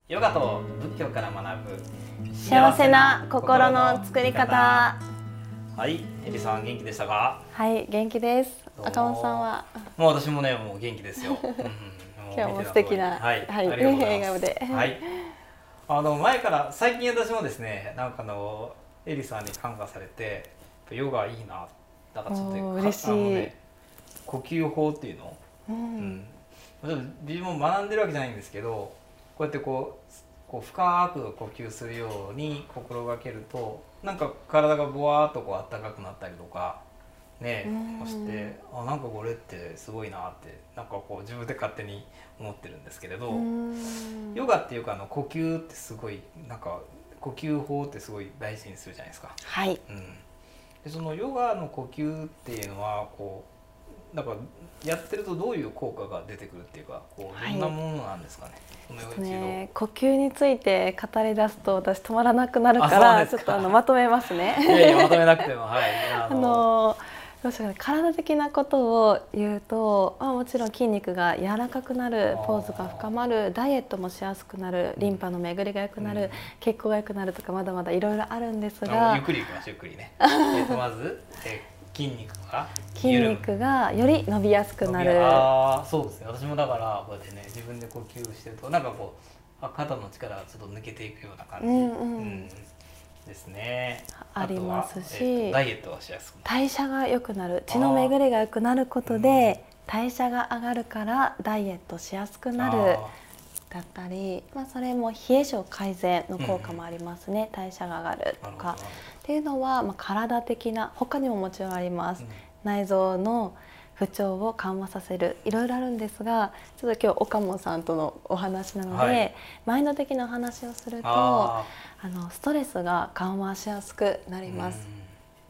ヨガと仏教から学ぶ幸せな心の作り方。 はい、エリさん元気でしたか？ はい、元気です。赤本さんは？ もう私もね、もう元気ですよ。 今日も素敵な、 はい、 はい、笑顔で。 はい。前から最近私もですね、なんかエリさんに感化されて、ヨガいいな。だからちょっと嬉しい。 呼吸法っていうの、自分も学んでるわけじゃないんですけど、こうやってこう深く呼吸するように心がけると、なんか体がボワーっとこう暖かくなったりとかね、そしてなんかこれってすごいなってなんかこう自分で勝手に思ってるんですけれど、ヨガっていうか呼吸ってすごいなんか呼吸法ってすごい大事にするじゃないですか。 はい。 でそのヨガの呼吸っていうのはこうなんかやってるとどういう効果が出てくるっていうか、こうどんなものなんですかね。 呼吸について語り出すと私止まらなくなるからちょっとまとめますね。 いやいやまとめなくてもはい。 どうしようかな、体的なことを言うと、もちろん筋肉が柔らかくなる、ポーズが深まる、ダイエットもしやすくなる、リンパの巡りが良くなる、血行が良くなるとかまだまだいろいろあるんですが、 ゆっくりいきましょう。ゆっくりね。まず筋肉がより伸びやすくなる。 そうですね。私もだからこうやってね自分で呼吸してるとなんかこう肩の力がちょっと抜けていくような感じですね。 ありますし、 ダイエットはしやすくなる。 代謝が良くなる、血の巡りが良くなることで代謝が上がるからダイエットしやすくなるだったり、それも冷え性改善の効果もありますね。代謝が上がるとかっていうのは体的な、他にももちろんあります。内臓の不調を緩和させる、いろいろあるんですが、ちょっと今日岡本さんとのお話なので、マインド的なお話をするとストレスが緩和しやすくなります。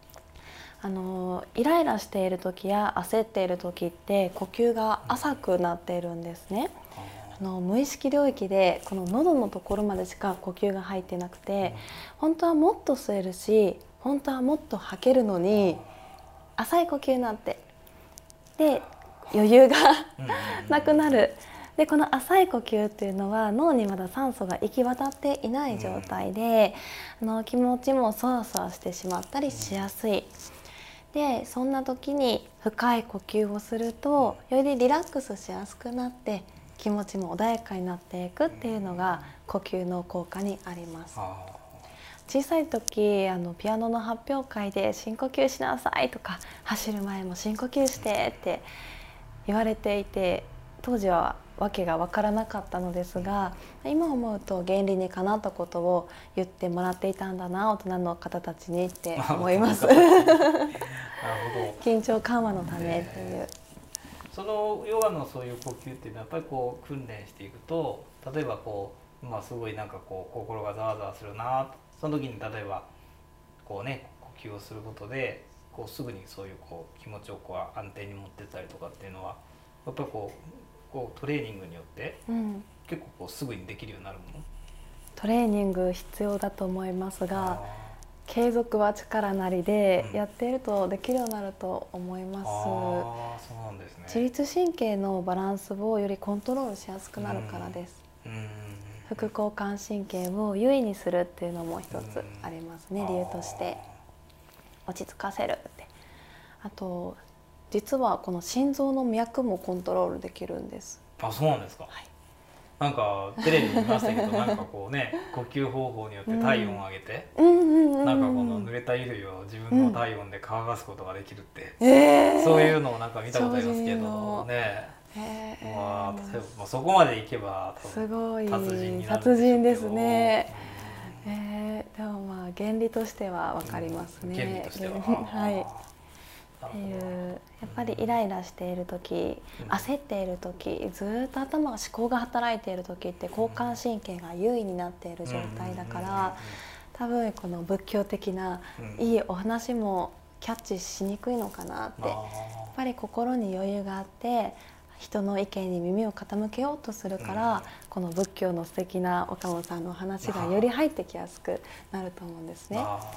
イライラしている時や焦っている時って呼吸が浅くなっているんですね。無意識領域でこの喉のところまでしか呼吸が入ってなくて、本当はもっと吸えるし本当はもっと吐けるのに浅い呼吸になって、で余裕がなくなる。でこの浅い呼吸っていうのは脳にまだ酸素が行き渡っていない状態で、気持ちもそわそわしてしまったりしやすい。でそんな時に深い呼吸をするとよりリラックスしやすくなって気持ちも穏やかになっていくっていうのが呼吸の効果にあります。小さい時ピアノの発表会で深呼吸しなさいとか、走る前も深呼吸してって言われていて、当時は訳が分からなかったのですが、今思うと原理にかなったことを言ってもらっていたんだな、大人の方たちにって思います。緊張緩和のためっていう。 そのヨガのそういう呼吸っていうのはやっぱりこう訓練していくと、例えばすごいなんか心がざわざわするな、その時に例えば呼吸をすることですぐにそういう気持ちを安定に持ってったりとかっていうのはやっぱりトレーニングによって結構すぐにできるようになるもの？ トレーニング必要だと思いますが、継続は力なりでやっているとできるようになると思います。 そうなんですね。 自律神経のバランスをよりコントロールしやすくなるからです。副交感神経を優位にするっていうのも一つありますね、理由として。落ち着かせるって。あと実はこの心臓の脈もコントロールできるんです。 そうなんですか。 はい、 なんかテレビ見ましたけど、なんか呼吸方法によって体温を上げて、なんかこの濡れた衣類を自分の体温で乾かすことができるって、そういうのをなんか見たことありますけどね。そこまでいけばすごい達人になる達人ですね。でも原理としては分かりますね。 原理としては。 はい。っていうやっぱりイライラしている時、焦っている時、ずっと思考が働いている時って交感神経が優位になっている状態だから、多分この仏教的ないいお話もキャッチしにくいのかなって。やっぱり心に余裕があって人の意見に耳を傾けようとするから、この仏教の素敵な岡本さんのお話がより入ってきやすくなると思うんですね。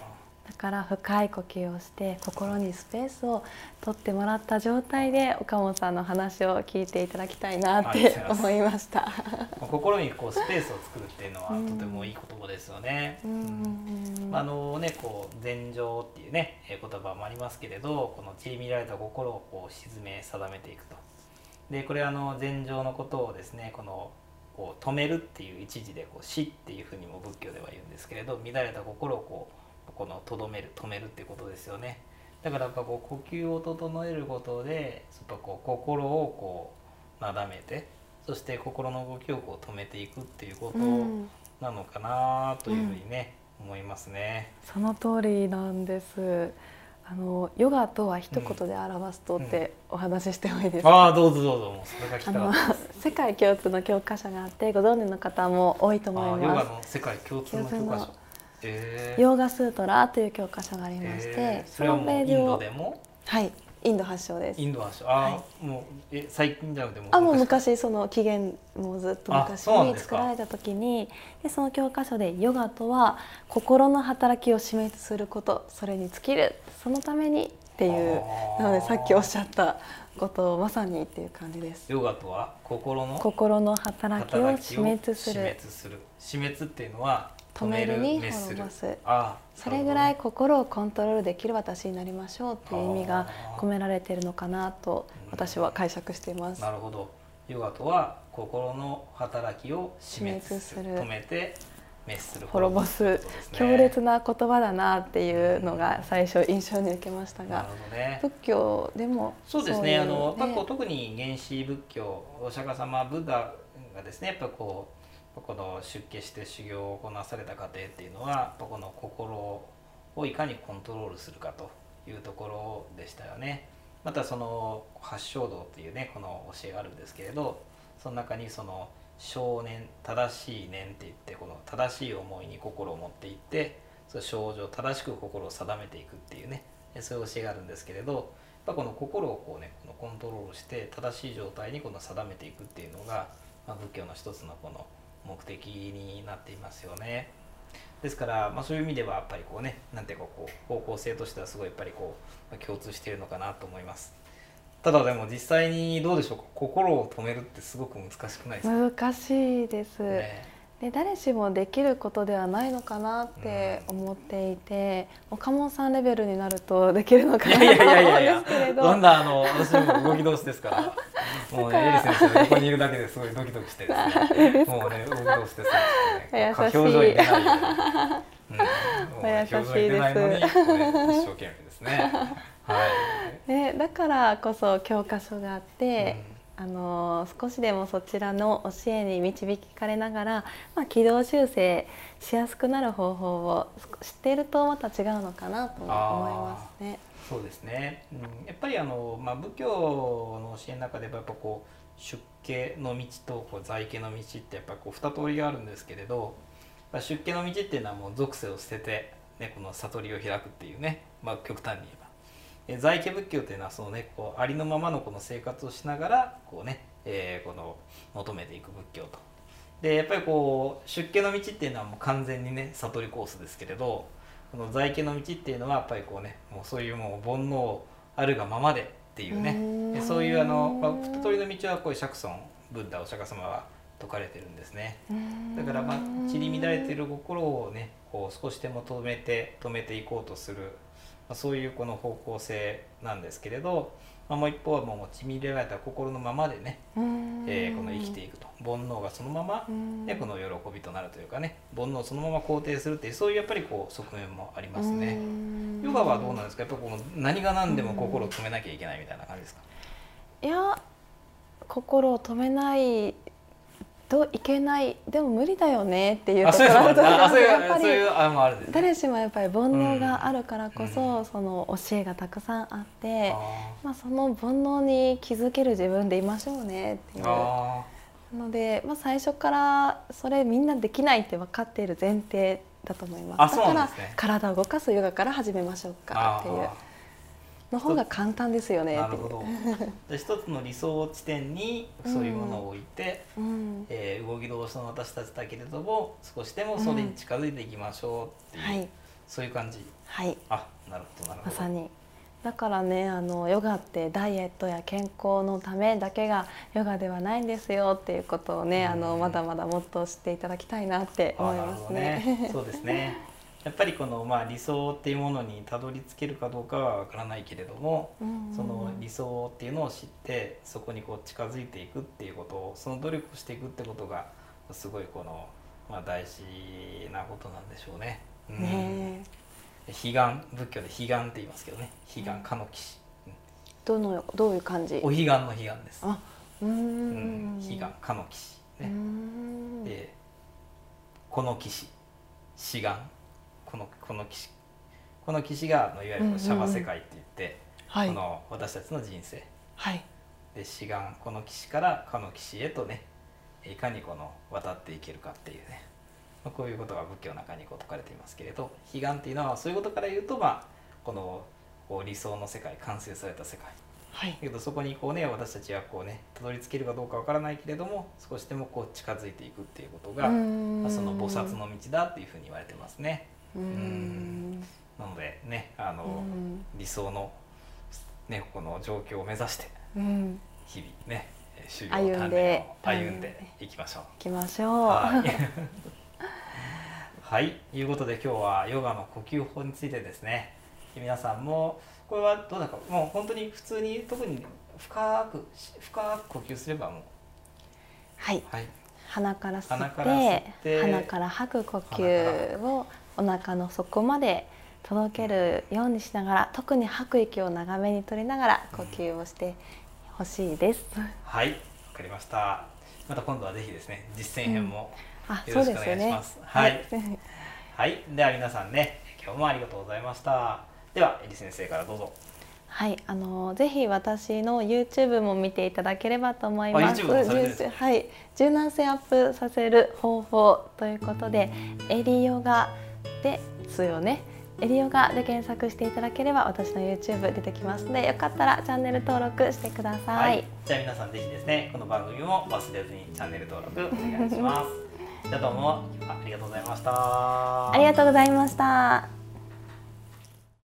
だから深い呼吸をして心にスペースを取ってもらった状態で岡本さんの話を聞いていただきたいなって思いました。 心にこうスペースを作るっていうのはとてもいい言葉ですよね。こう禅情っていうね言葉もありますけれど、この散り乱れた心をこう静め定めていくと。でこれ禅情のことをですね、こう止めるっていう一字でこう死っていうふうにも仏教では言うんですけれど、乱れた心をこのとどめる、止めるっていうことですよね。だからやっぱこう呼吸を整えることでやっぱこう心をこうなだめて、そして心の動きをこう止めていくっていうことなのかなというふうにね、思いますね。 その通りなんです。ヨガとは一言で表すとってお話ししてもいいですか？ どうぞどうぞ。もうそれが聞きたかったです。 世界共通の教科書があってご存知の方も多いと思います。 ヨガの世界共通の教科書。 ヨーガスートラという教科書がありまして、 それはもうインドでも？ はい、インド発祥です。 インド発祥。もう最近じゃなくてもう昔、その起源もずっと昔に作られた時に、その教科書でヨガとは心の働きを死滅すること、それに尽きる、そのためにっていう、なのでさっきおっしゃったことをまさにっていう感じです。 ヨガとは心の働きを死滅する。 死滅っていうのは止めるに滅ぼす。それぐらい心をコントロールできる私になりましょうっていう意味が込められているのかなと私は解釈しています。 なるほど。ヨガとは心の働きを死滅する、止めて滅する、 滅ぼす、強烈な言葉だなっていうのが最初印象に受けましたが、仏教でもそうですね。特に原始仏教、お釈迦様、ブッダがですね、やっぱこの出家して修行を行なされた過程っていうのはこの心をいかにコントロールするかというところでしたよね。またその八正道っていうねこの教えがあるんですけれど、その中にその正念、正しい念っていって、この正しい思いに心を持っていって、その正常、正しく心を定めていくっていうね、そういう教えがあるんですけれど、やっぱこの心をこのコントロールして正しい状態に定めていくっていうのが、仏教の一つのこの目的になっていますよね。ですから、そういう意味ではやっぱりなんていうか方向性としてはすごいやっぱり共通しているのかなと思います。ただでも実際にどうでしょうか、心を止めるってすごく難しくないですか？ 難しいです、で誰しもできることではないのかなって思っていて、岡本さんレベルになるとできるのかなと思うんですけれど、 どんな私も動き同士ですからもうね、エリ先生が横にいるだけですごいドキドキしてですねもうね動き同士ですね、表情に出ないように、 優しいです。 一生懸命ですね。 だからこそ教科書があって、少しでもそちらの教えに導かれながら、軌道修正しやすくなる方法を知っているとまた違うのかなと思いますね。 そうですね、やっぱり仏教の教えの中でやっぱ出家の道と在家の道ってやっぱ二通りがあるんですけれど、出家の道っていうのはもう属性を捨てて、この悟りを開くっていうね、極端に言えば。在家仏教というのはそのねありのままのこの生活をしながらこの求めていく仏教と。でやっぱり出家の道っていうのはもう完全にね悟りコースですけれど、この在家の道っていうのはやっぱりもうそういうもう煩悩あるがままでっていうね、そういう二通りの道は釈尊ブッダお釈迦様は説かれてるんですね。だから散り乱れている心をね少しでも止めていこうとする、そういうこの方向性なんですけれど、もう一方はもう散り乱れた心のままでね、この生きていくと、煩悩がそのまま、この喜びとなるというかね、煩悩をそのまま肯定するっていう、そういうやっぱり側面もありますね。ヨガはどうなんですか？やっぱ何が何でも心を止めなきゃいけないみたいな感じですか？ いや、心を止めないといけない、でも無理だよねっていうところはやっぱり誰しもやっぱり煩悩があるからこそ、その教えがたくさんあって、その煩悩に気づける自分でいましょうねっていう。なので、最初からそれみんなできないって分かっている前提だと思います。だから体を動かすヨガから始めましょうかっていうの方が簡単ですよね。 なるほど。一つの理想地点にそういうものを置いて、動き同士の私たちだけれども少しでもそれに近づいていきましょうっていう、 そういう感じ。 はい、 あ、なるほどなるほど。 まさに。だからね、ヨガってダイエットや健康のためだけがヨガではないんですよっていうことをね、まだまだもっと知っていただきたいなって思いますね。 そうですね。やっぱりこの、理想っていうものにたどり着けるかどうかはわからないけれども、その理想っていうのを知ってそこにこう近づいていくっていうことを、その努力をしていくってことがすごいこの、大事なことなんでしょうね。 ねえ。 彼岸、仏教で彼岸って言いますけどね。彼岸、かのきし。 どういう感じ？ お彼岸の彼岸です。 あ、 彼岸、かのきしね。で、この騎士、志願、この騎士、この騎士がいわゆるシャバ世界って言って、この私たちの人生。で、志願、この騎士からかの騎士へとね、いかにこの渡っていけるかっていうね。こういうことが仏教の中にこう説かれていますけれど、彼岸っていうのはそういうことから言うと、この理想の世界、完成された世界、だけどそこにこうね、私たちがこうねたどり着けるかどうかわからないけれども、少しでもこう近づいていくっていうことが、その菩薩の道だっていうふうに言われてますね。なのでね、理想のねこの状況を目指して日々ね修行鍛錬を歩んでいきましょう。はい、ということで今日はヨガの呼吸法についてですね。皆さんもこれはどうだか、もう本当に普通に特に深く呼吸すればもう、 鼻から吸って鼻から吐く呼吸をお腹の底まで届けるようにしながら、特に吐く息を長めに取りながら呼吸をしてほしいです。 はい、わかりました。また今度はぜひですね、実践編もよろしくお願いします。はい、では皆さんね、今日もありがとうございました。では、えり先生からどうぞ。 はい、ぜひ私の YouTube も見ていただければと思います。はい、柔軟性アップさせる方法ということで、エリヨガですよね。エリヨガで検索していただければ私の YouTube 出てきますので、よかったらチャンネル登録してください。 じゃあ皆さんぜひですね、この番組も忘れずにチャンネル登録お願いします。じゃあどうもありがとうございました。 ありがとうございました。